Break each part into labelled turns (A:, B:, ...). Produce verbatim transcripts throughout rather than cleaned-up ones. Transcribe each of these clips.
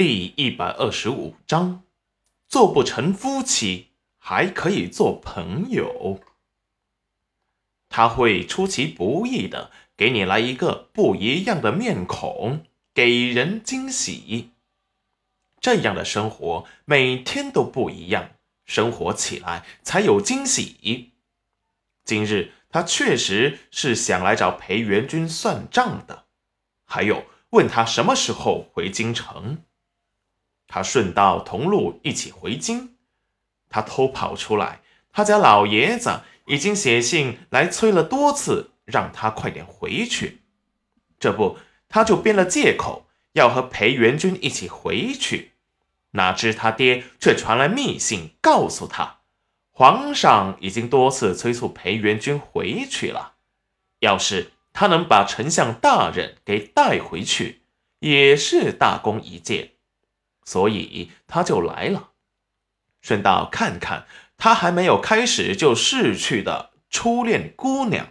A: 第一百二十五章，做不成夫妻，还可以做朋友。他会出其不意的给你来一个不一样的面孔，给人惊喜。这样的生活每天都不一样，生活起来才有惊喜。今日他确实是想来找裴元君算账的，还有问他什么时候回京城。他顺道同路一起回京，他偷跑出来，他家老爷子已经写信来催了多次，让他快点回去。这不，他就编了借口，要和裴元君一起回去。哪知他爹却传来密信，告诉他，皇上已经多次催促裴元君回去了，要是他能把丞相大人给带回去，也是大功一件。所以他就来了，顺道看看他还没有开始就逝去的初恋姑娘。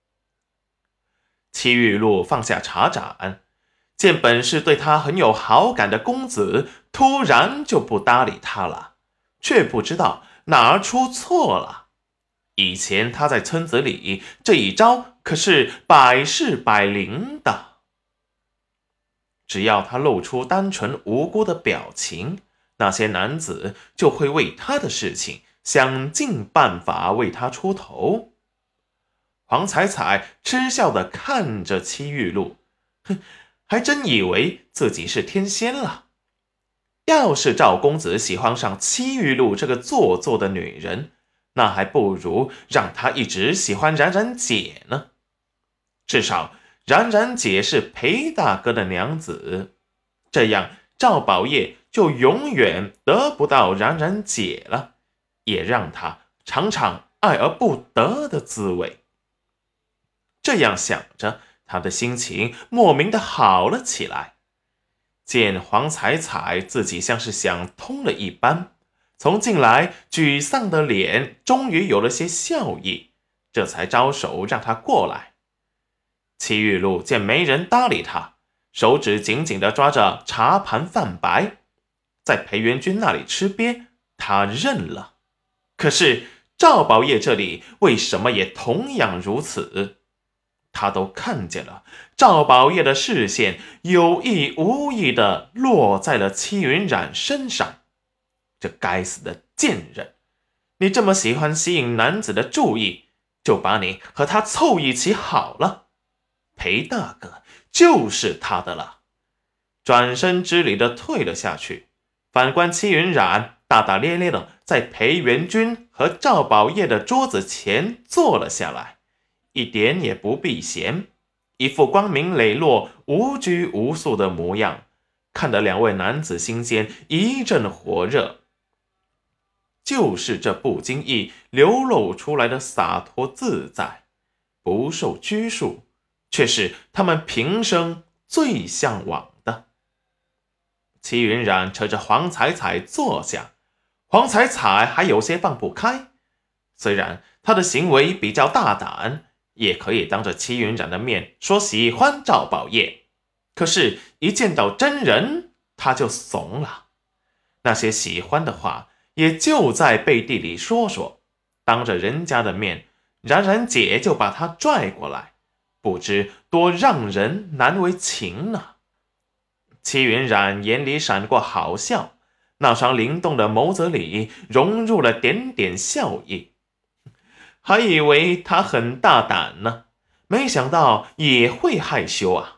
A: 戚玉露放下茶盏，见本是对他很有好感的公子突然就不搭理他了，却不知道哪儿出错了。以前他在村子里这一招可是百试百灵的，只要他露出单纯无辜的表情，那些男子就会为他的事情想尽办法为他出头。黄彩彩嗤笑地看着戚玉露，哼，还真以为自己是天仙了。要是赵公子喜欢上戚玉露这个做作的女人，那还不如让她一直喜欢冉冉姐呢。至少冉冉姐是裴大哥的娘子，这样赵宝业就永远得不到冉冉姐了，也让他尝尝爱而不得的滋味。这样想着，他的心情莫名的好了起来。见黄彩彩自己像是想通了一般，从近来沮丧的脸终于有了些笑意，这才招手让他过来。戚玉露见没人搭理他，手指紧紧地抓着茶盘饭白，在裴元君那里吃瘪，他认了。可是赵宝业这里为什么也同样如此？他都看见了，赵宝业的视线有意无意地落在了戚云染身上。这该死的贱人，你这么喜欢吸引男子的注意，就把你和他凑一起好了。裴大哥就是他的了。转身之礼的退了下去，反观戚云染大大咧咧的在裴元君和赵宝业的桌子前坐了下来，一点也不避嫌，一副光明磊落无拘无束的模样，看得两位男子心间一阵火热。就是这不经意流露出来的洒脱自在，不受拘束，却是他们平生最向往的。戚云染扯着黄彩彩坐下，黄彩彩还有些放不开。虽然他的行为比较大胆，也可以当着戚云染的面说喜欢赵宝业，可是一见到真人，他就怂了。那些喜欢的话也就在背地里说说，当着人家的面，冉冉姐就把他拽过来，不知多让人难为情呢。戚云染眼里闪过好笑，那双灵动的眸子里融入了点点笑意。还以为他很大胆呢，没想到也会害羞啊。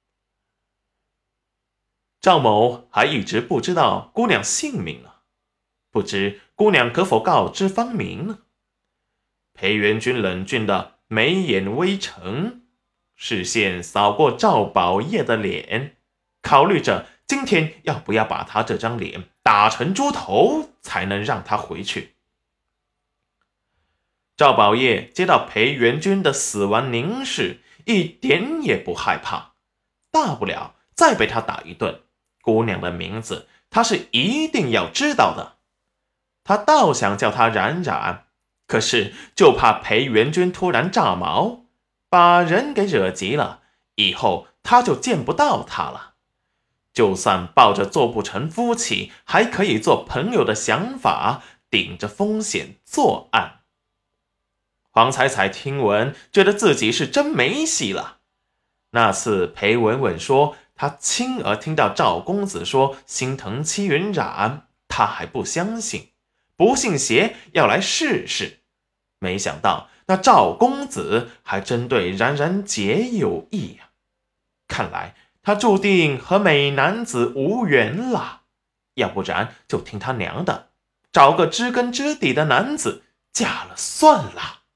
A: 赵某还一直不知道姑娘姓名呢，不知姑娘可否告知芳名呢？裴元君冷峻的眉眼微沉，视线扫过赵宝业的脸，考虑着今天要不要把他这张脸打成猪头，才能让他回去。赵宝业接到裴元君的死亡凝视，一点也不害怕，大不了再被他打一顿，姑娘的名字他是一定要知道的。他倒想叫他冉冉，可是就怕裴元君突然炸毛，把人给惹急了，以后他就见不到他了。 就算抱着做不成夫妻还可以做朋友的想法，顶着风险作案。黄彩彩听闻，觉得自己是真没戏了。那次裴文文说她亲耳听到赵公子说心疼戚云染，她还不相信，不信邪要来试试。没想到那赵公子还真对冉冉姐有意呀、啊，看来他注定和美男子无缘了。要不然就听他娘的，找个知根知底的男子嫁了算了。